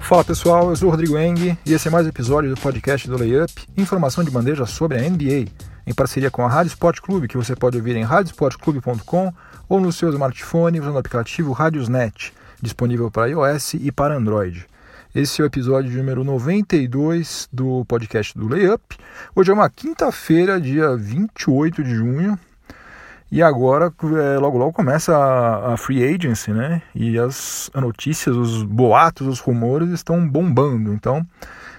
Fala pessoal, eu sou o Rodrigo Eng e esse é mais um episódio do podcast do Layup, informação de bandeja sobre a NBA, em parceria com a Rádio Sport Clube, que você pode ouvir em radiosportclube.com ou no seu smartphone usando o aplicativo Radiosnet, disponível para iOS e para Android. Esse é o episódio número 92 do podcast do Layup. Hoje é uma quinta-feira, dia 28 de junho. E agora, logo começa a free agency, né? E as notícias, os boatos, os rumores estão bombando. Então,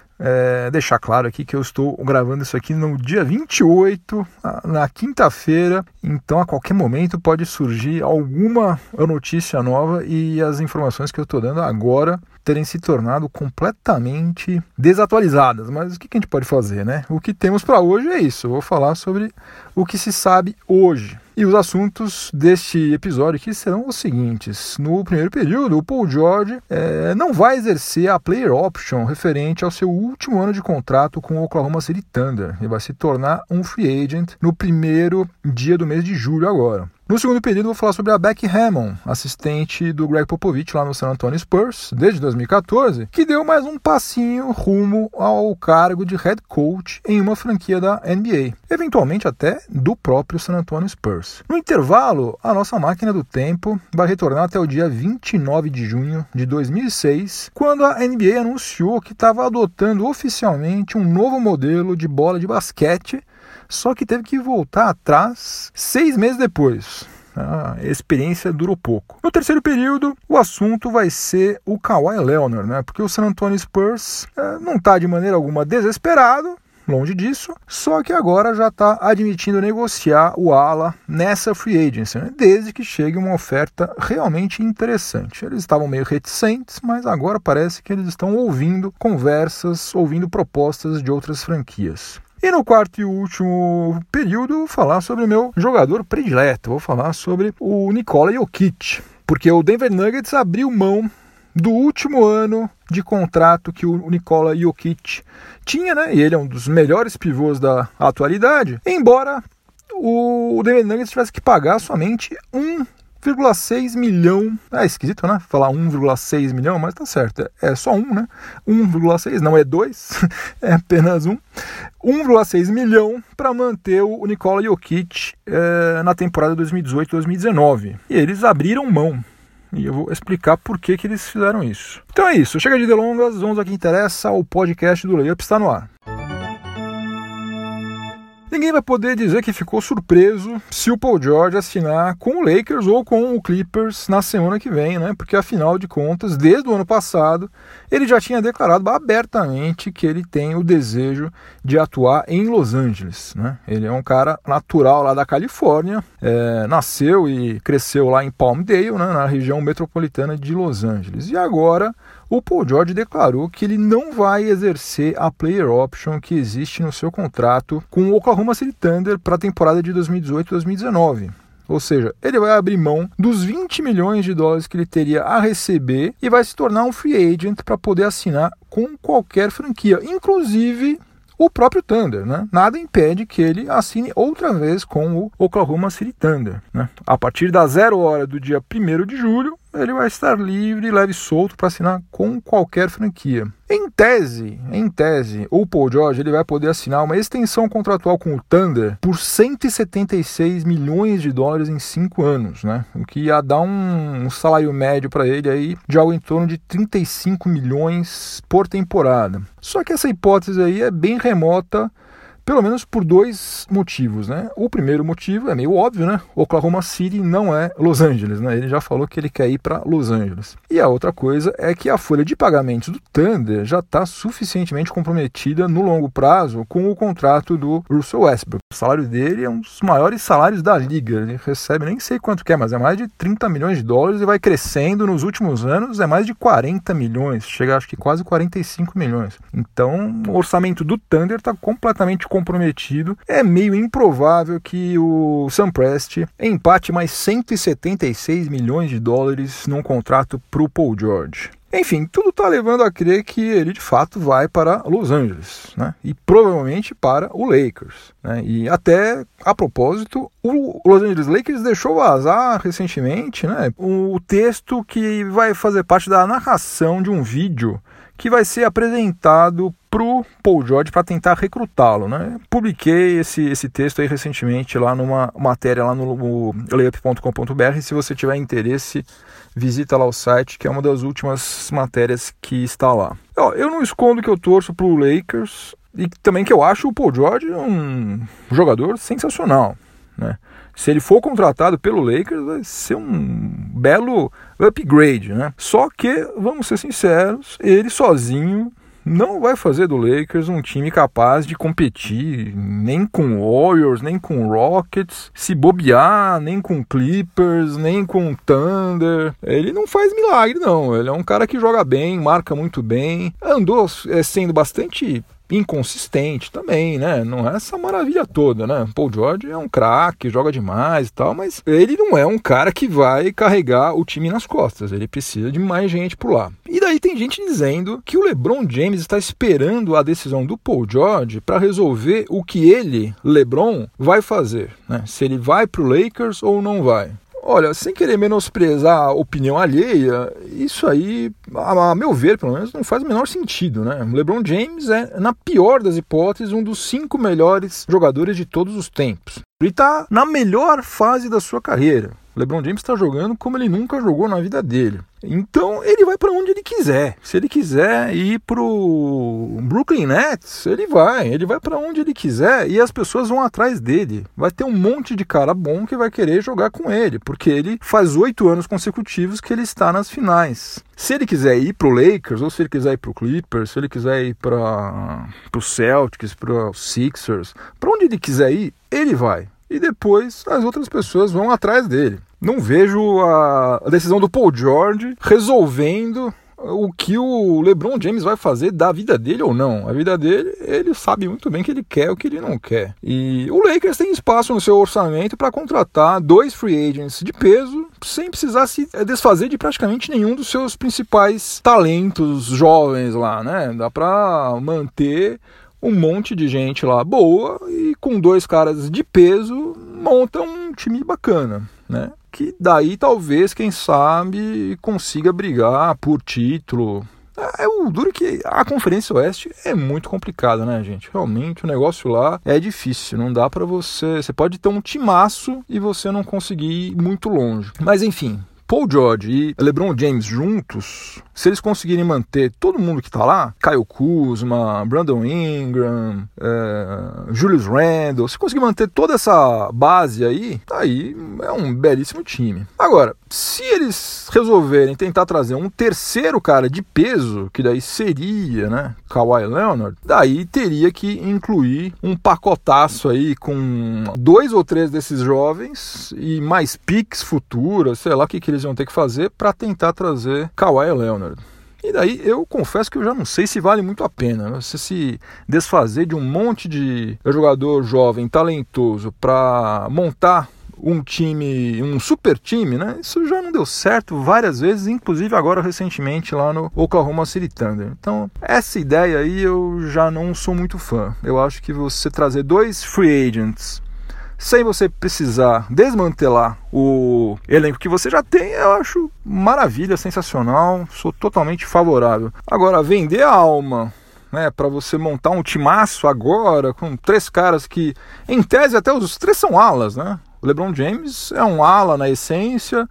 deixar claro aqui que eu estou gravando isso aqui no dia 28, na quinta-feira. Então, a qualquer momento pode surgir alguma notícia nova e as informações que eu estou dando agora terem se tornado completamente desatualizadas. Mas o que a gente pode fazer, né? O que temos para hoje é isso. Eu vou falar sobre o que se sabe hoje. E os assuntos deste episódio aqui serão os seguintes. No primeiro período, o Paul George não vai exercer a player option referente ao seu último ano de contrato com o Oklahoma City Thunder. Ele vai se tornar um free agent no primeiro dia do mês de julho agora. No segundo período, vou falar sobre a Becky Hammon, assistente do Greg Popovich lá no San Antonio Spurs, desde 2014, que deu mais um passinho rumo ao cargo de head coach em uma franquia da NBA, eventualmente até do próprio San Antonio Spurs. No intervalo, a nossa máquina do tempo vai retornar até o dia 29 de junho de 2006, quando a NBA anunciou que estava adotando oficialmente um novo modelo de bola de basquete, só que teve que voltar atrás 6 meses depois. A experiência durou pouco. No terceiro período, o assunto vai ser o Kawhi Leonard, né? Porque o San Antonio Spurs não está de maneira alguma desesperado, longe disso, só que agora já está admitindo negociar o ala nessa free agency, né? Desde que chegue uma oferta realmente interessante. Eles estavam meio reticentes, mas agora parece que eles estão ouvindo conversas, ouvindo propostas de outras franquias. E no quarto e último período, vou falar sobre o meu jogador predileto. Vou falar sobre o Nikola Jokic, porque o Denver Nuggets abriu mão do último ano de contrato que o Nikola Jokic tinha, né? E ele é um dos melhores pivôs da atualidade, embora o Denver Nuggets tivesse que pagar somente 1,6 milhão. É esquisito, né? Falar 1,6 milhão, mas tá certo. É só um, né? 1,6, não é 2, é apenas 1. 1,6 milhão para manter o Nikola Jokic na temporada 2018-2019. E eles abriram mão. E eu vou explicar por que eles fizeram isso. Então é isso. Chega de delongas, vamos ao que interessa. O podcast do Layup está no ar. Ninguém vai poder dizer que ficou surpreso se o Paul George assinar com o Lakers ou com o Clippers na semana que vem, né? Porque afinal de contas, desde o ano passado, ele já tinha declarado abertamente que ele tem o desejo de atuar em Los Angeles, né? Ele é um cara natural lá da Califórnia, nasceu e cresceu lá em Palmdale, né? Na região metropolitana de Los Angeles. E agora o Paul George declarou que ele não vai exercer a player option que existe no seu contrato com o Oklahoma City Thunder para a temporada de 2018-2019. Ou seja, ele vai abrir mão dos 20 milhões de dólares que ele teria a receber e vai se tornar um free agent para poder assinar com qualquer franquia, inclusive o próprio Thunder, né? Nada impede que ele assine outra vez com o Oklahoma City Thunder, né? A partir da 0 hora do dia 1º de julho, ele vai estar livre, leve e solto para assinar com qualquer franquia. Em tese, o Paul George ele vai poder assinar uma extensão contratual com o Thunder por 176 milhões de dólares em 5 anos, né? O que ia dar um salário médio para ele aí de algo em torno de 35 milhões por temporada. Só que essa hipótese aí é bem remota, pelo menos por 2 motivos, né? O primeiro motivo é meio óbvio, né? Oklahoma City não é Los Angeles, né? Ele já falou que ele quer ir para Los Angeles. E a outra coisa é que a folha de pagamentos do Thunder já está suficientemente comprometida no longo prazo com o contrato do Russell Westbrook. O salário dele é um dos maiores salários da liga. Ele recebe, nem sei quanto que é, mas é mais de 30 milhões de dólares e vai crescendo nos últimos anos, é mais de 40 milhões, chega acho que quase 45 milhões. Então, o orçamento do Thunder está completamente comprometido. É meio improvável que o Sam Presti empate mais 176 milhões de dólares num contrato para o Paul George. Enfim, tudo está levando a crer que ele de fato vai para Los Angeles, né? E provavelmente para o Lakers, né? E até, a propósito, o Los Angeles Lakers deixou vazar recentemente, né, o texto que vai fazer parte da narração de um vídeo que vai ser apresentado pro Paul George para tentar recrutá-lo, né? Publiquei esse texto aí recentemente lá numa matéria lá no layup.com.br. Se você tiver interesse, visita lá o site, que é uma das últimas matérias que está lá. Eu não escondo que eu torço pro Lakers e também que eu acho o Paul George um jogador sensacional, né? Se ele for contratado pelo Lakers, vai ser um belo upgrade, né? Só que, vamos ser sinceros, ele sozinho não vai fazer do Lakers um time capaz de competir nem com Warriors, nem com Rockets, se bobear, nem com Clippers, nem com Thunder. Ele não faz milagre, não. Ele é um cara que joga bem, marca muito bem, andou sendo bastante inconsistente também, né? Não é essa maravilha toda, né? Paul George é um craque, joga demais e tal, mas ele não é um cara que vai carregar o time nas costas. Ele precisa de mais gente por lá. E daí tem gente dizendo que o LeBron James está esperando a decisão do Paul George para resolver o que ele, LeBron, vai fazer, né? Se ele vai pro Lakers ou não vai. Olha, sem querer menosprezar a opinião alheia, isso aí, a meu ver, pelo menos, não faz o menor sentido, né? O LeBron James é, na pior das hipóteses, um dos 5 melhores jogadores de todos os tempos. Ele está na melhor fase da sua carreira. O LeBron James está jogando como ele nunca jogou na vida dele. Então ele vai para onde ele quiser. Se ele quiser ir pro Brooklyn Nets, ele vai para onde ele quiser e as pessoas vão atrás dele. Vai ter um monte de cara bom que vai querer jogar com ele, porque ele faz 8 anos consecutivos que ele está nas finais. Se ele quiser ir pro Lakers, ou se ele quiser ir pro Clippers, se ele quiser ir pro Celtics, pro Sixers, para onde ele quiser ir, ele vai. E depois as outras pessoas vão atrás dele. Não vejo a decisão do Paul George resolvendo o que o LeBron James vai fazer da vida dele ou não. A vida dele, ele sabe muito bem que ele quer o que ele não quer. E o Lakers tem espaço no seu orçamento para contratar 2 free agents de peso, sem precisar se desfazer de praticamente nenhum dos seus principais talentos jovens lá, né? Dá para manter um monte de gente lá boa e com 2 caras de peso monta um time bacana, né? Que daí talvez, quem sabe, consiga brigar por título. O duro que a Conferência Oeste é muito complicada, né, gente? Realmente o negócio lá é difícil, não dá pra você pode ter um timaço e você não conseguir ir muito longe. Mas enfim, Paul George e LeBron James juntos, se eles conseguirem manter todo mundo que está lá, Kyle Kuzma, Brandon Ingram, Julius Randle, se conseguir manter toda essa base aí é um belíssimo time. Agora, se eles resolverem tentar trazer um terceiro cara de peso, que daí seria, né, Kawhi Leonard, daí teria que incluir um pacotaço aí com 2 ou 3 desses jovens e mais picks futuras, sei lá o que eles vão ter que fazer para tentar trazer Kawhi Leonard. E daí eu confesso que eu já não sei se vale muito a pena, né? Você se desfazer de um monte de jogador jovem, talentoso, para montar um time, um super time, né? Isso já não deu certo várias vezes, inclusive agora recentemente lá no Oklahoma City Thunder. Então, essa ideia aí eu já não sou muito fã. Eu acho que você trazer 2 free agents sem você precisar desmantelar o elenco que você já tem, eu acho maravilha, sensacional, sou totalmente favorável. Agora, vender a alma, né, para você montar um timaço agora com 3 caras que, em tese, até os 3 são alas, né? O LeBron James é um ala na essência,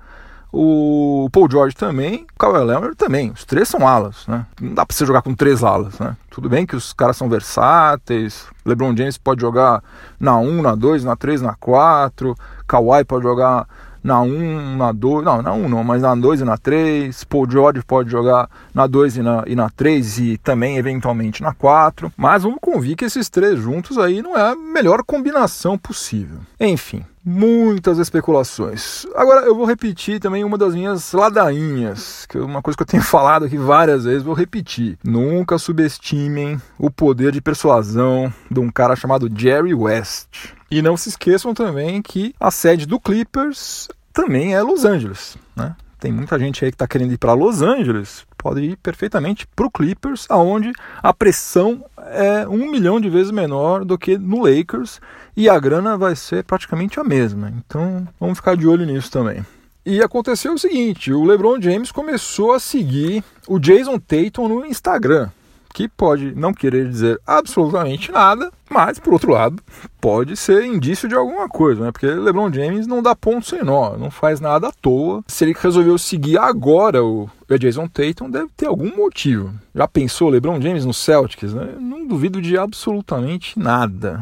o Paul George também, o Kawhi Leonard também, os 3 são alas, né? Não dá pra você jogar com 3 alas, né? Tudo bem que os caras são versáteis, LeBron James pode jogar na 1, na 2, na 3, na 4, Kawhi pode jogar na 1, na 2, não, na 1 não, mas na 2 e na 3, Paul George pode jogar na 2 e na 3 e também eventualmente na 4, mas vamos convir que esses 3 juntos aí não é a melhor combinação possível. Enfim, muitas especulações. Agora eu vou repetir também uma das minhas ladainhas, que é uma coisa que eu tenho falado aqui várias vezes, vou repetir. Nunca subestimem o poder de persuasão de um cara chamado Jerry West. E não se esqueçam também que a sede do Clippers também é Los Angeles, né? Tem muita gente aí que está querendo ir para Los Angeles. pode ir perfeitamente para o Clippers, onde a pressão é 1 milhão de vezes menor do que no Lakers e a grana vai ser praticamente a mesma. Então vamos ficar de olho nisso também. E aconteceu o seguinte, o LeBron James começou a seguir o Jason Tatum no Instagram, que pode não querer dizer absolutamente nada, mas, por outro lado, pode ser indício de alguma coisa, né? Porque LeBron James não dá ponto sem nó, não faz nada à toa. Se ele resolveu seguir agora o Jason Tatum, deve ter algum motivo. Já pensou LeBron James no Celtics, né? Não duvido de absolutamente nada.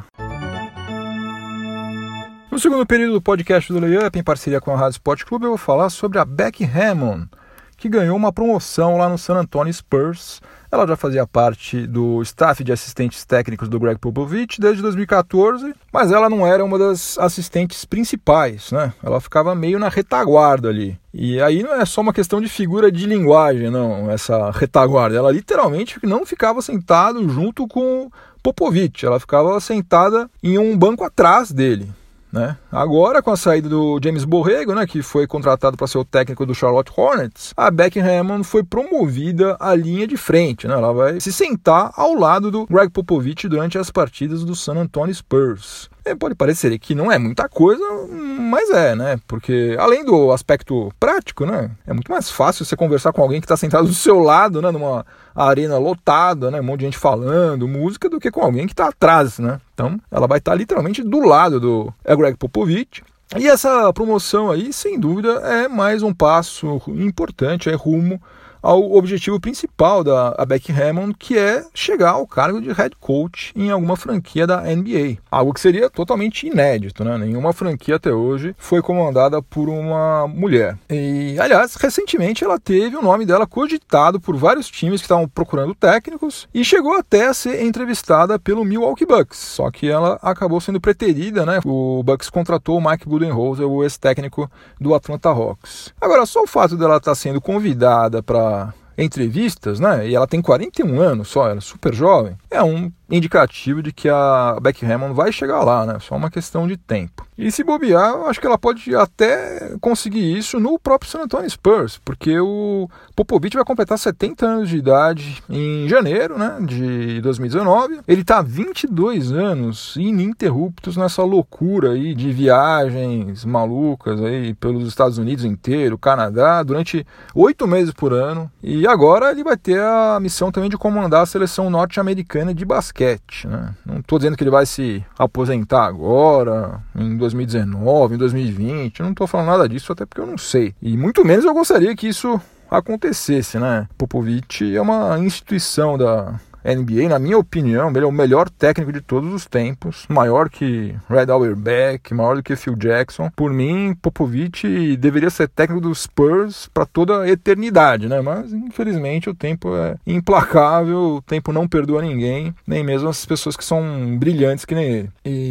No segundo período do podcast do Layup, em parceria com a Rádio Sport Clube, eu vou falar sobre a Becky Hammon, que ganhou uma promoção lá no San Antonio Spurs. Ela já fazia parte do staff de assistentes técnicos do Greg Popovich desde 2014, mas ela não era uma das assistentes principais, né? Ela ficava meio na retaguarda ali. E aí não é só uma questão de figura de linguagem, não, essa retaguarda. Ela literalmente não ficava sentada junto com Popovich, ela ficava sentada em um banco atrás dele. Né? Agora, com a saída do James Borrego, né, que foi contratado para ser o técnico do Charlotte Hornets, a Becky Hammon foi promovida à linha de frente. Né? Ela vai se sentar ao lado do Greg Popovich durante as partidas do San Antonio Spurs. Pode parecer que não é muita coisa, mas é, né? Porque além do aspecto prático, né? É muito mais fácil você conversar com alguém que está sentado do seu lado, né? Numa arena lotada, né? Um monte de gente falando, música, do que com alguém que está atrás, né? Então, ela vai estar literalmente do lado do Greg Popovich. E essa promoção aí, sem dúvida, é mais um passo importante, é rumo ao objetivo principal da Becky Hammon, que é chegar ao cargo de head coach em alguma franquia da NBA. Algo que seria totalmente inédito, né? Nenhuma franquia até hoje foi comandada por uma mulher. E, aliás, recentemente ela teve o nome dela cogitado por vários times que estavam procurando técnicos e chegou até a ser entrevistada pelo Milwaukee Bucks, só que ela acabou sendo preterida, né? O Bucks contratou o Mike Budenholzer, o ex-técnico do Atlanta Hawks. Agora, só o fato dela estar sendo convidada para entrevistas, né? E ela tem 41 anos só, ela é super jovem, é um indicativo de que a Becky Hammon vai chegar lá, né? Só uma questão de tempo. E se bobear, eu acho que ela pode até conseguir isso no próprio San Antonio Spurs, porque o Popovich vai completar 70 anos de idade em janeiro, né, de 2019. Ele está há 22 anos ininterruptos nessa loucura aí de viagens malucas aí pelos Estados Unidos inteiro, Canadá, durante 8 meses por ano. E agora ele vai ter a missão também de comandar a seleção norte-americana de basquete, né? Não estou dizendo que ele vai se aposentar agora, em 2019, em 2020, eu não estou falando nada disso, até porque eu não sei. E muito menos eu gostaria que isso acontecesse, né? Popovich é uma instituição da NBA, na minha opinião, ele é o melhor técnico de todos os tempos, maior que Red Auerbach, maior do que Phil Jackson. Por mim, Popovich deveria ser técnico dos Spurs para toda a eternidade, né? Mas, infelizmente, o tempo é implacável, o tempo não perdoa ninguém, nem mesmo as pessoas que são brilhantes que nem ele.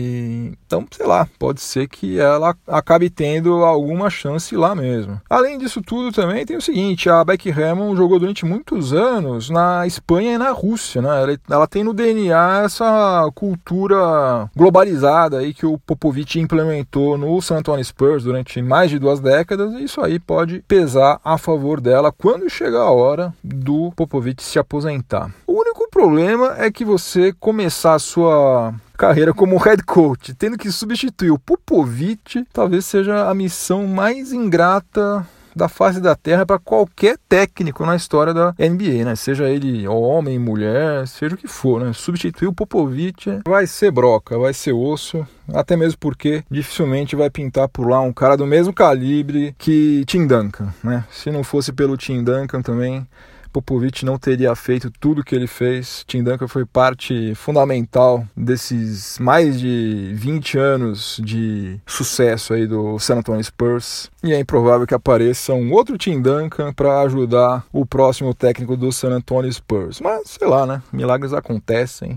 Então, sei lá, pode ser que ela acabe tendo alguma chance lá mesmo. Além disso tudo, também tem o seguinte, a Becky Hammon jogou durante muitos anos na Espanha e na Rússia, né? Ela tem no DNA essa cultura globalizada aí que o Popovich implementou no San Antonio Spurs durante mais de 2 décadas, e isso aí pode pesar a favor dela quando chegar a hora do Popovich se aposentar. O único problema é que você começar a sua carreira como head coach tendo que substituir o Popovich talvez seja a missão mais ingrata da face da terra para qualquer técnico na história da NBA, né? Seja ele homem, mulher, seja o que for, né? Substituir o Popovich vai ser broca, vai ser osso, até mesmo porque dificilmente vai pintar por lá um cara do mesmo calibre que Tim Duncan, né? Se não fosse pelo Tim Duncan também, Popovich não teria feito tudo que ele fez. Tim Duncan foi parte fundamental desses mais de 20 anos de sucesso aí do San Antonio Spurs. E é improvável que apareça um outro Tim Duncan para ajudar o próximo técnico do San Antonio Spurs. Mas, sei lá, né? Milagres acontecem.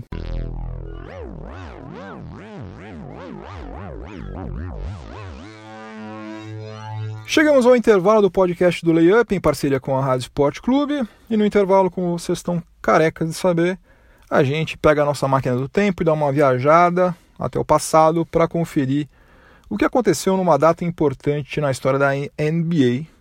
Chegamos ao intervalo do podcast do Layup em parceria com a Rádio Sport Clube, e no intervalo, como vocês estão carecas de saber, a gente pega a nossa máquina do tempo e dá uma viajada até o passado para conferir o que aconteceu numa data importante na história da NBA.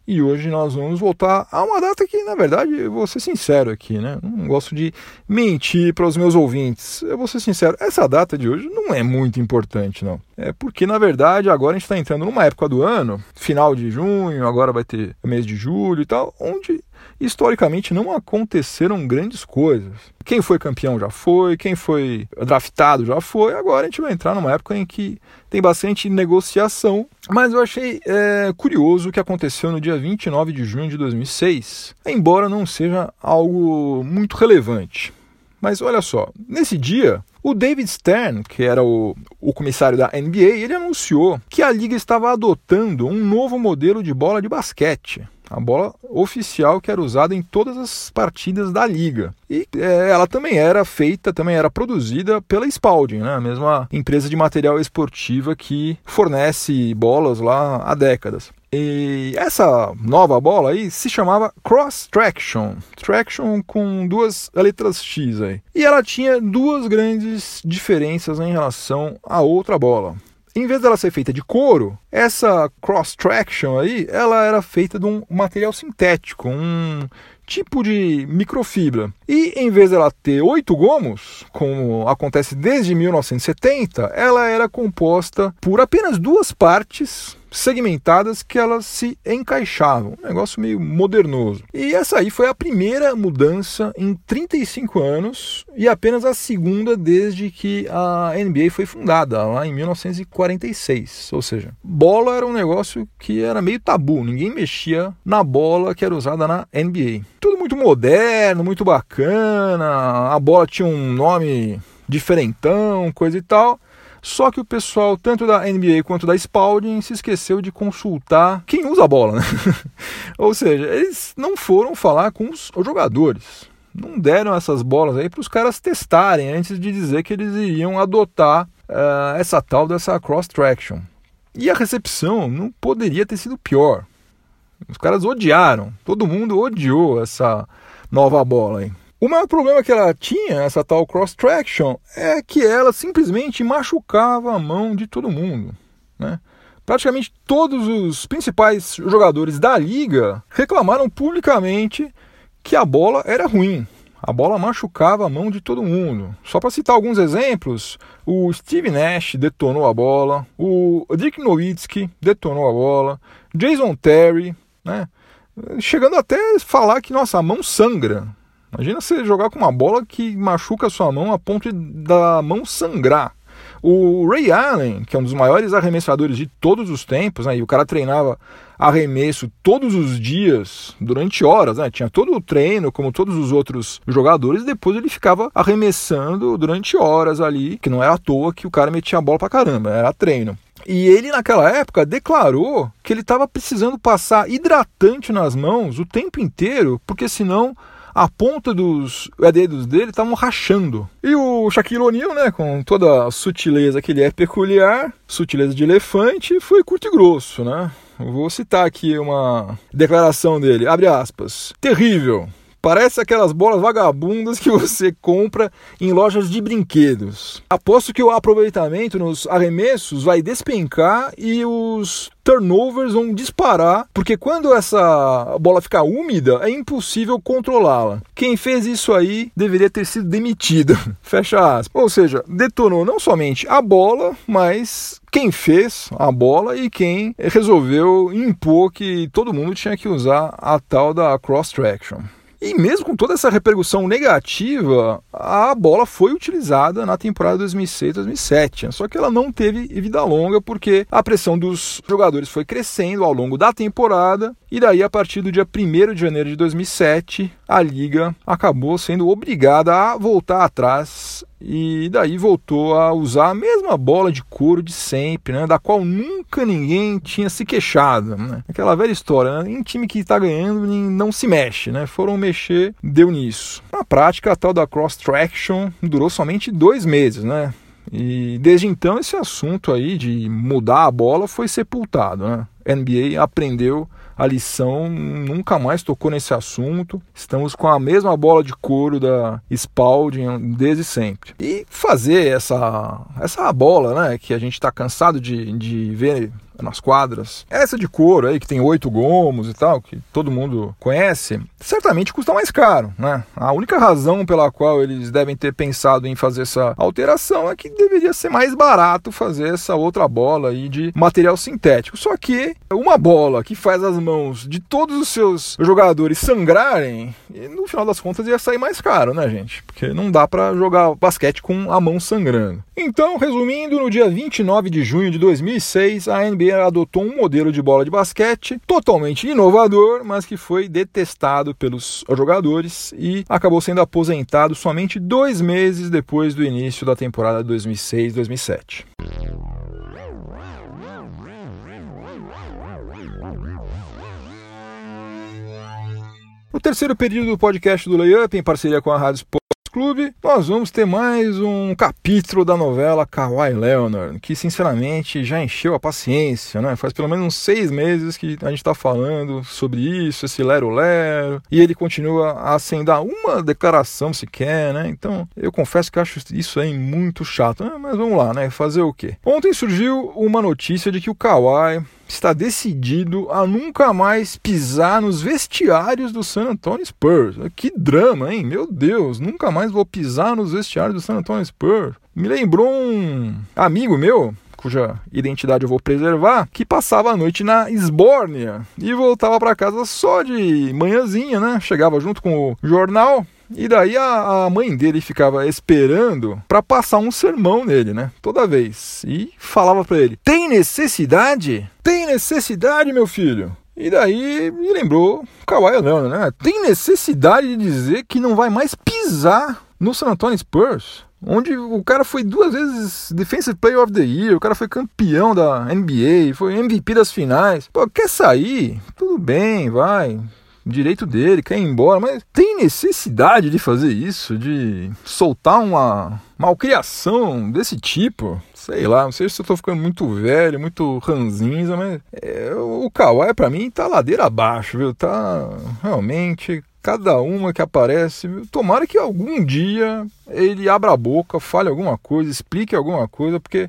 E hoje nós vamos voltar a uma data que, na verdade, eu vou ser sincero aqui, né? Não gosto de mentir para os meus ouvintes. Eu vou ser sincero, essa data de hoje não é muito importante, não. É porque, na verdade, agora a gente está entrando numa época do ano, final de junho, agora vai ter o mês de julho e tal, onde historicamente não aconteceram grandes coisas. Quem foi campeão já foi, quem foi draftado já foi, agora a gente vai entrar numa época em que tem bastante negociação. Mas eu achei curioso o que aconteceu no dia 29 de junho de 2006, embora não seja algo muito relevante. Mas olha só, nesse dia, o David Stern, que era o comissário da NBA, ele anunciou que a liga estava adotando um novo modelo de bola de basquete. A bola oficial que era usada em todas as partidas da liga. E ela também era produzida pela Spalding, né? A mesma empresa de material esportiva que fornece bolas lá há décadas. E essa nova bola aí se chamava Cross Traction. Traction com duas letras X aí. E ela tinha duas grandes diferenças em relação à outra bola. Em vez dela ser feita de couro, essa Cross Traction aí, ela era feita de um material sintético, um tipo de microfibra. E em vez dela ter 8 gomos, como acontece desde 1970, ela era composta por apenas duas partes segmentadas que elas se encaixavam. Um negócio meio modernoso. E essa aí foi a primeira mudança em 35 anos e apenas a segunda desde que a NBA foi fundada, lá em 1946. Ou seja, bola era um negócio que era meio tabu. Ninguém mexia na bola que era usada na NBA. Tudo muito moderno, muito bacana. A bola tinha um nome diferentão, coisa e tal. Só que o pessoal, tanto da NBA quanto da Spalding, se esqueceu de consultar quem usa a bola, né? Ou seja, eles não foram falar com os jogadores. Não deram essas bolas aí para os caras testarem antes de dizer que eles iriam adotar essa tal dessa cross traction. E a recepção não poderia ter sido pior. Os caras odiaram. Todo mundo odiou essa nova bola aí. O maior problema que ela tinha, essa tal cross traction, é que ela simplesmente machucava a mão de todo mundo, né? Praticamente todos os principais jogadores da liga reclamaram publicamente que a bola era ruim. A bola machucava a mão de todo mundo. Só para citar alguns exemplos, o Steve Nash detonou a bola, o Dirk Nowitzki detonou a bola, Jason Terry, né? Chegando até a falar que, nossa, a mão sangra. Imagina você jogar com uma bola que machuca a sua mão a ponto da mão sangrar. O Ray Allen, que é um dos maiores arremessadores de todos os tempos, né, e o cara treinava arremesso todos os dias, durante horas, né, tinha todo o treino, como todos os outros jogadores, e depois ele ficava arremessando durante horas ali, que não era à toa que o cara metia a bola pra caramba, era treino. E ele, naquela época, declarou que ele estava precisando passar hidratante nas mãos o tempo inteiro, porque senão a ponta dos dedos dele estavam rachando. E o Shaquille O'Neal, né, com toda a sutileza que ele é peculiar, sutileza de elefante, foi curto e grosso, né? Eu vou citar aqui uma declaração dele, abre aspas, terrível. Parece aquelas bolas vagabundas que você compra em lojas de brinquedos. Aposto que o aproveitamento nos arremessos vai despencar e os turnovers vão disparar, porque quando essa bola ficar úmida, é impossível controlá-la. Quem fez isso aí deveria ter sido demitido. Fecha aspas. Ou seja, detonou não somente a bola, mas quem fez a bola e quem resolveu impor que todo mundo tinha que usar a tal da cross traction. E mesmo com toda essa repercussão negativa, a bola foi utilizada na temporada 2006-2007. Só que ela não teve vida longa porque a pressão dos jogadores foi crescendo ao longo da temporada. E daí, a partir do dia 1º de janeiro de 2007, a liga acabou sendo obrigada a voltar atrás. E daí voltou a usar a mesma bola de couro de sempre, né, da qual nunca ninguém tinha se queixado, né? Aquela velha história, né? Em time que está ganhando não se mexe, né? Foram mexer, deu nisso. Na prática, a tal da cross traction durou somente 2 meses, né? E desde então esse assunto aí de mudar a bola foi sepultado, né? A NBA aprendeu a lição, nunca mais tocou nesse assunto. Estamos com a mesma bola de couro da Spalding desde sempre. E fazer essa bola, né, que a gente está cansado de ver nas quadras. Essa de couro aí, que tem 8 gomos e tal, que todo mundo conhece, certamente custa mais caro, né? A única razão pela qual eles devem ter pensado em fazer essa alteração é que deveria ser mais barato fazer essa outra bola aí de material sintético. Só que uma bola que faz as mãos de todos os seus jogadores sangrarem, no final das contas ia sair mais caro, né, gente? Porque não dá pra jogar basquete com a mão sangrando. Então, resumindo, no dia 29 de junho de 2006, a NBA adotou um modelo de bola de basquete totalmente inovador, mas que foi detestado pelos jogadores e acabou sendo aposentado somente 2 meses depois do início da temporada 2006-2007. No terceiro período do podcast do Layup, em parceria com a Rádio Sports Clube, nós vamos ter mais um capítulo da novela Kawhi Leonard, que sinceramente já encheu a paciência, né? Faz pelo menos uns 6 meses que a gente está falando sobre isso, esse lero-lero, e ele continua sem dar uma declaração sequer, né? Então, eu confesso que acho isso aí muito chato, mas vamos lá, né? Fazer o quê? Ontem surgiu uma notícia de que o Kawhi está decidido a nunca mais pisar nos vestiários do San Antonio Spurs. Que drama, hein? Meu Deus, nunca mais vou pisar nos vestiários do San Antonio Spurs. Me lembrou um amigo meu, cuja identidade eu vou preservar, que passava a noite na Esbórnia e voltava para casa só de manhãzinha, né? Chegava junto com o jornal. E daí a mãe dele ficava esperando para passar um sermão nele, né? Toda vez. E falava para ele: tem necessidade? Tem necessidade, meu filho? E daí me lembrou Kawhi Leonard, né? Tem necessidade de dizer que não vai mais pisar no San Antonio Spurs? Onde o cara foi 2 vezes Defensive Player of the Year, o cara foi campeão da NBA, foi MVP das finais. Pô, quer sair? Tudo bem, vai. Direito dele, quer ir embora, mas tem necessidade de fazer isso, de soltar uma malcriação desse tipo? Sei lá, não sei se eu tô ficando muito velho, muito ranzinza, mas o Kawhi pra mim tá ladeira abaixo, viu? Tá realmente cada uma que aparece, viu? Tomara que algum dia ele abra a boca, fale alguma coisa, explique alguma coisa, porque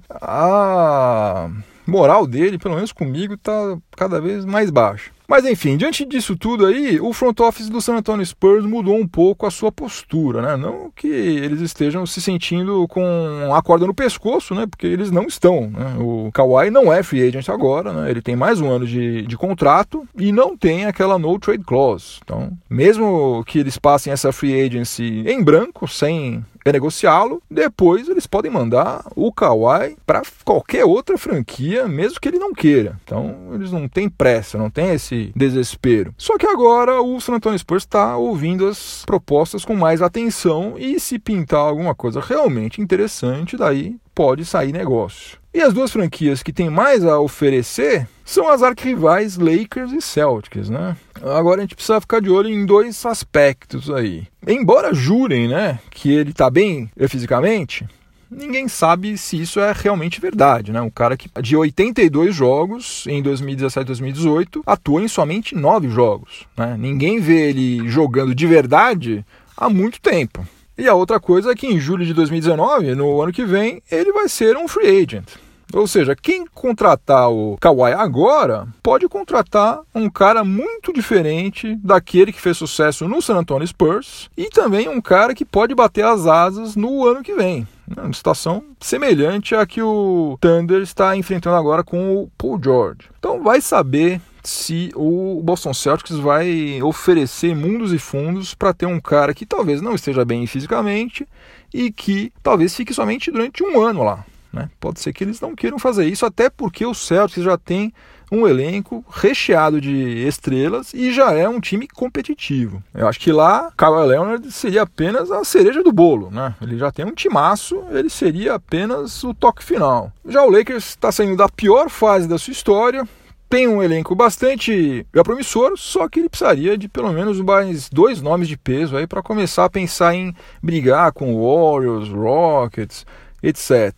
a moral dele, pelo menos comigo, tá cada vez mais baixa. Mas enfim, diante disso tudo aí, o front office do San Antonio Spurs mudou um pouco a sua postura, né? Não que eles estejam se sentindo com a corda no pescoço, né? Porque eles não estão, né? O Kawhi não é free agent agora, né? Ele tem mais um ano de contrato e não tem aquela no trade clause. Então, mesmo que eles passem essa free agency em branco, sem renegociá-lo, depois eles podem mandar o Kawhi para qualquer outra franquia, mesmo que ele não queira. Então, eles não têm pressa, não tem esse desespero. Só que agora o San Antonio Spurs está ouvindo as propostas com mais atenção e se pintar alguma coisa realmente interessante, daí pode sair negócio. E as 2 franquias que têm mais a oferecer são as arquirrivais Lakers e Celtics, né? Agora a gente precisa ficar de olho em 2 aspectos aí. Embora jurem, né, que ele está bem fisicamente, ninguém sabe se isso é realmente verdade, né? Um cara que de 82 jogos em 2017 e 2018 atua em somente 9 jogos, né? Ninguém vê ele jogando de verdade há muito tempo. E a outra coisa é que em julho de 2019, no ano que vem, ele vai ser um free agent. Ou seja, quem contratar o Kawhi agora pode contratar um cara muito diferente daquele que fez sucesso no San Antonio Spurs e também um cara que pode bater as asas no ano que vem. Uma situação semelhante à que o Thunder está enfrentando agora com o Paul George. Então vai saber se o Boston Celtics vai oferecer mundos e fundos para ter um cara que talvez não esteja bem fisicamente e que talvez fique somente durante um ano lá. Né? Pode ser que eles não queiram fazer isso, até porque o Celtics já tem um elenco recheado de estrelas e já é um time competitivo. Eu acho que lá, Kawhi Leonard seria apenas a cereja do bolo, né? Ele já tem um timaço, ele seria apenas o toque final. Já o Lakers está saindo da pior fase da sua história, tem um elenco bastante promissor, só que ele precisaria de pelo menos mais 2 nomes de peso aí para começar a pensar em brigar com Warriors, Rockets, etc.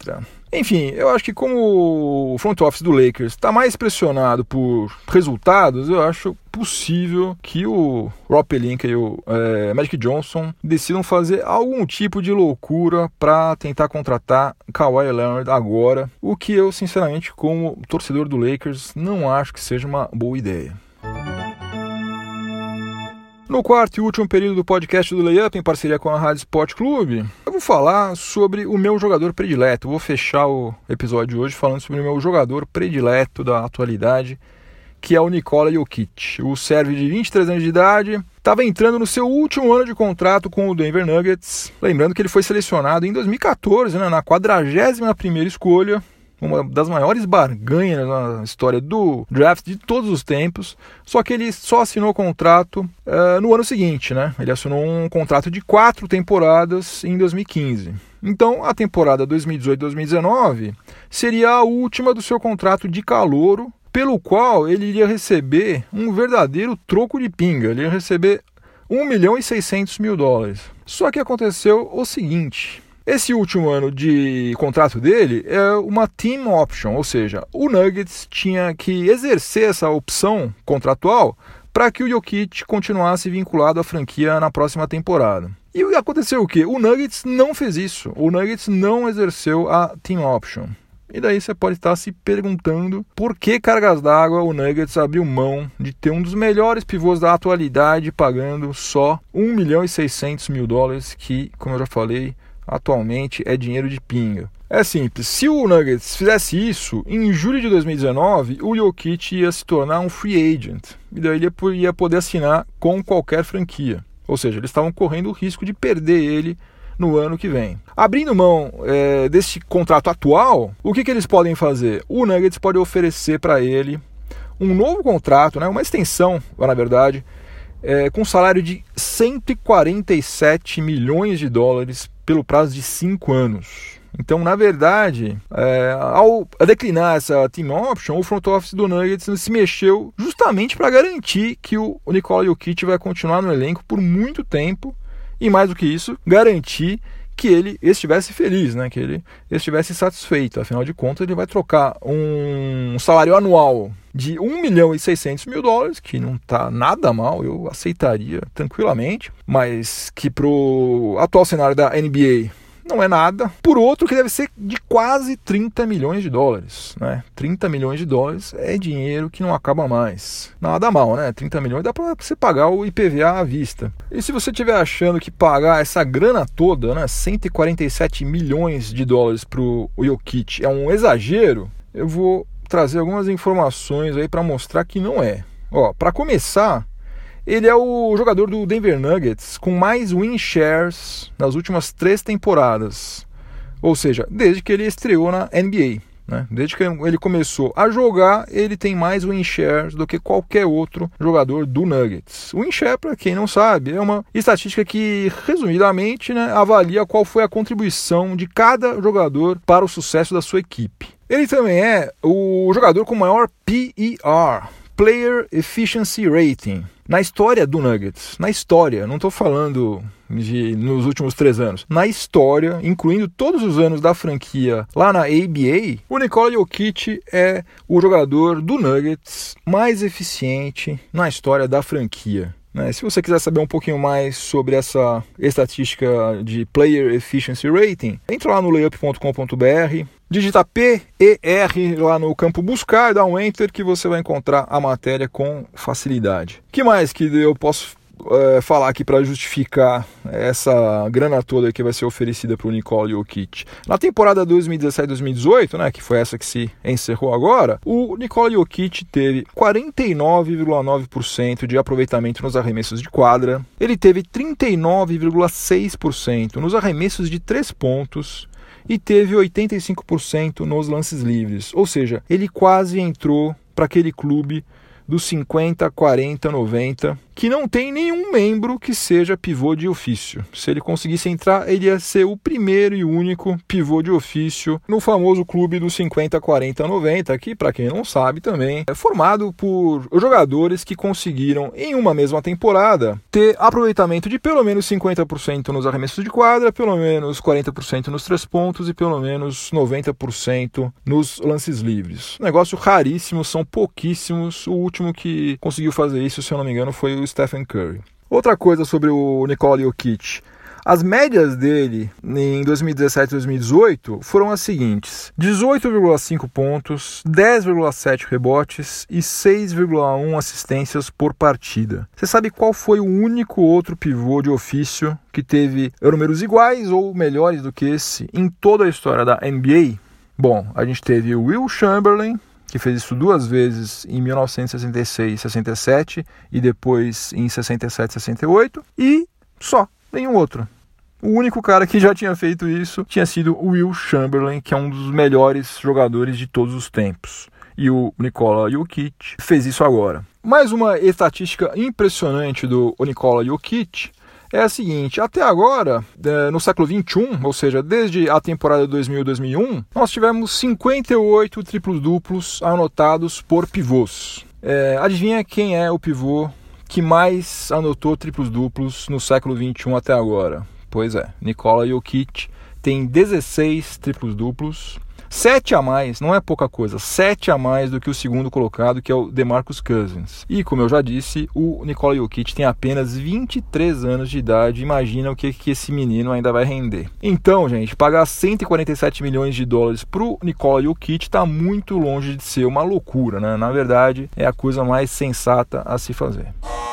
Enfim, eu acho que como o front office do Lakers está mais pressionado por resultados, eu acho possível que o Rob Pelinka e o Magic Johnson decidam fazer algum tipo de loucura para tentar contratar Kawhi Leonard agora, o que eu, sinceramente, como torcedor do Lakers, não acho que seja uma boa ideia. No quarto e último período do podcast do Layup, em parceria com a Rádio Sport Clube, eu vou falar sobre o meu jogador predileto. Vou fechar o episódio de hoje falando sobre o meu jogador predileto da atualidade, que é o Nikola Jokic. O sérvio de 23 anos de idade estava entrando no seu último ano de contrato com o Denver Nuggets. Lembrando que ele foi selecionado em 2014, na 41ª escolha. Uma das maiores barganhas na história do draft de todos os tempos, só que ele só assinou o contrato no ano seguinte, Ele assinou um contrato de 4 temporadas em 2015. Então, a temporada 2018-2019 seria a última do seu contrato de calouro, pelo qual ele iria receber um verdadeiro troco de pinga. Ele ia receber $1.600.000. Só que aconteceu o seguinte: esse último ano de contrato dele é uma team option, ou seja, o Nuggets tinha que exercer essa opção contratual para que o Jokic continuasse vinculado à franquia na próxima temporada. E aconteceu o quê? O Nuggets não fez isso, o Nuggets não exerceu a team option. E daí você pode estar se perguntando por que cargas d'água o Nuggets abriu mão de ter um dos melhores pivôs da atualidade pagando só $1.600.000, que, como eu já falei, atualmente é dinheiro de pinga. É simples, se o Nuggets fizesse isso, em julho de 2019, o Jokic ia se tornar um free agent. E daí ele ia poder assinar com qualquer franquia. Ou seja, eles estavam correndo o risco de perder ele no ano que vem. Abrindo mão desse contrato atual, o que eles podem fazer? O Nuggets pode oferecer para ele um novo contrato, uma extensão, na verdade, com um salário de $147 milhões pelo prazo de 5 anos. Então, na verdade, ao declinar essa team option, o front office do Nuggets se mexeu justamente para garantir que o Nikola Jokic vai continuar no elenco por muito tempo e, mais do que isso, garantir que ele estivesse feliz, que ele estivesse satisfeito. Afinal de contas, ele vai trocar um salário anual de $1.600.000, que não está nada mal, eu aceitaria tranquilamente, mas que para o atual cenário da NBA não é nada, por outro que deve ser de quase $30 milhões. 30 milhões de dólares é dinheiro que não acaba mais. Nada mal, 30 milhões dá para você pagar o IPVA à vista. E se você estiver achando que pagar essa grana toda, $147 milhões para o Jokic é um exagero, eu vou trazer algumas informações aí para mostrar que não é. Para começar, ele é o jogador do Denver Nuggets com mais win shares nas últimas 3 temporadas. Ou seja, desde que ele estreou na NBA. Desde que ele começou a jogar, ele tem mais win shares do que qualquer outro jogador do Nuggets. Win share, para quem não sabe, é uma estatística que, resumidamente, avalia qual foi a contribuição de cada jogador para o sucesso da sua equipe. Ele também é o jogador com maior PER, Player Efficiency Rating, na história do Nuggets. Na história, não estou falando nos últimos 3 anos. Na história, incluindo todos os anos da franquia lá na ABA, o Nikola Jokic é o jogador do Nuggets mais eficiente na história da franquia. Se você quiser saber um pouquinho mais sobre essa estatística de Player Efficiency Rating, entra lá no layup.com.br, digita PER lá no campo buscar, dá um enter que você vai encontrar a matéria com facilidade. O que mais que eu posso falar aqui para justificar essa grana toda que vai ser oferecida para o Nikola Jokic? Na temporada 2017-2018, que foi essa que se encerrou agora, o Nikola Jokic teve 49,9% de aproveitamento nos arremessos de quadra, ele teve 39,6% nos arremessos de 3 pontos e teve 85% nos lances livres. Ou seja, ele quase entrou para aquele clube do 50, 40, 90, que não tem nenhum membro que seja pivô de ofício. Se ele conseguisse entrar, ele ia ser o primeiro e único pivô de ofício no famoso clube do 50, 40, 90, que, para quem não sabe também, é formado por jogadores que conseguiram, em uma mesma temporada, ter aproveitamento de pelo menos 50% nos arremessos de quadra, pelo menos 40% nos 3 pontos e pelo menos 90% nos lances livres. Negócio raríssimo, são pouquíssimos. O último que conseguiu fazer isso, se eu não me engano, foi o Stephen Curry. Outra coisa sobre o Nikola Jokic. As médias dele em 2017 e 2018 foram as seguintes: 18,5 pontos, 10,7 rebotes e 6,1 assistências por partida. Você sabe qual foi o único outro pivô de ofício que teve números iguais ou melhores do que esse em toda a história da NBA? Bom, a gente teve o Will Chamberlain, que fez isso 2 vezes em 1966 e 67 e depois em 67 e 68, e só, nenhum outro. O único cara que já tinha feito isso tinha sido o Will Chamberlain, que é um dos melhores jogadores de todos os tempos. E o Nikola Jokic fez isso agora. Mais uma estatística impressionante do Nikola Jokic é a seguinte: até agora, no século XXI, ou seja, desde a temporada 2000-2001, nós tivemos 58 triplos-duplos anotados por pivôs. Adivinha quem é o pivô que mais anotou triplos-duplos no século XXI até agora? Pois é, Nikola Jokic tem 16 triplos-duplos, 7 a mais, não é pouca coisa, 7 a mais do que o segundo colocado, que é o DeMarcus Cousins. E, como eu já disse, o Nikola Jokic tem apenas 23 anos de idade. Imagina o que esse menino ainda vai render. Então, gente, pagar 147 milhões de dólares pro Nikola Jokic está muito longe de ser uma loucura, né? Na verdade, é a coisa mais sensata a se fazer.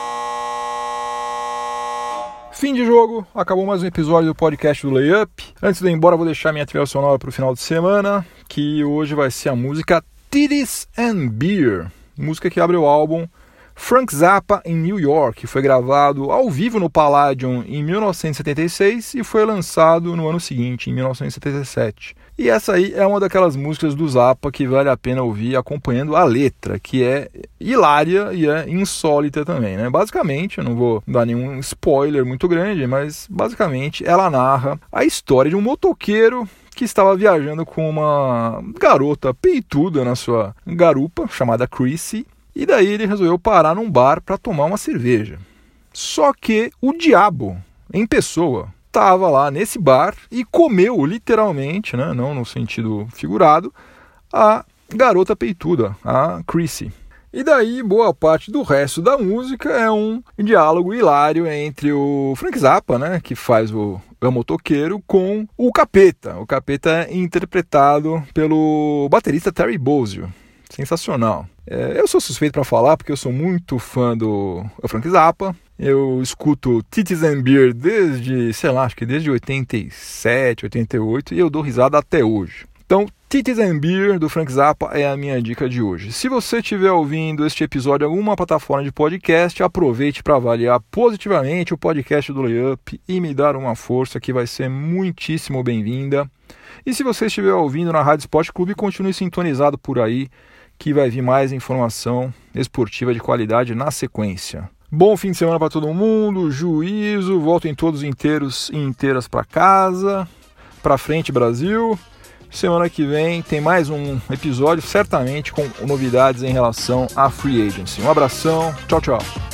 Fim de jogo, acabou mais um episódio do podcast do Layup. Antes de ir embora, vou deixar minha trilha sonora para o final de semana, que hoje vai ser a música Titties and Beer, música que abre o álbum Frank Zappa em New York. Foi gravado ao vivo no Palladium em 1976 e foi lançado no ano seguinte, em 1977. E essa aí é uma daquelas músicas do Zappa que vale a pena ouvir acompanhando a letra, que é hilária e é insólita também, né? Basicamente, eu não vou dar nenhum spoiler muito grande, mas basicamente ela narra a história de um motoqueiro que estava viajando com uma garota peituda na sua garupa, chamada Chrissy, e daí ele resolveu parar num bar para tomar uma cerveja. Só que o diabo, em pessoa, estava lá nesse bar e comeu literalmente, né, não no sentido figurado, a garota peituda, a Chrissy. E daí boa parte do resto da música é um diálogo hilário entre o Frank Zappa, né, que faz o motoqueiro, com o Capeta. O Capeta é interpretado pelo baterista Terry Bozzio. Sensacional. Eu sou suspeito para falar porque eu sou muito fã do Frank Zappa. Eu escuto Titties and Beer desde 87, 88 e eu dou risada até hoje. Então, Titties and Beer do Frank Zappa é a minha dica de hoje. Se você estiver ouvindo este episódio em alguma plataforma de podcast, aproveite para avaliar positivamente o podcast do Layup e me dar uma força que vai ser muitíssimo bem-vinda. E se você estiver ouvindo na Rádio Sport Clube, continue sintonizado por aí, que vai vir mais informação esportiva de qualidade na sequência. Bom fim de semana para todo mundo, juízo, voltem todos inteiros e inteiras para casa, para frente Brasil. Semana que vem tem mais um episódio, certamente com novidades em relação à Free Agency. Um abração, tchau, tchau.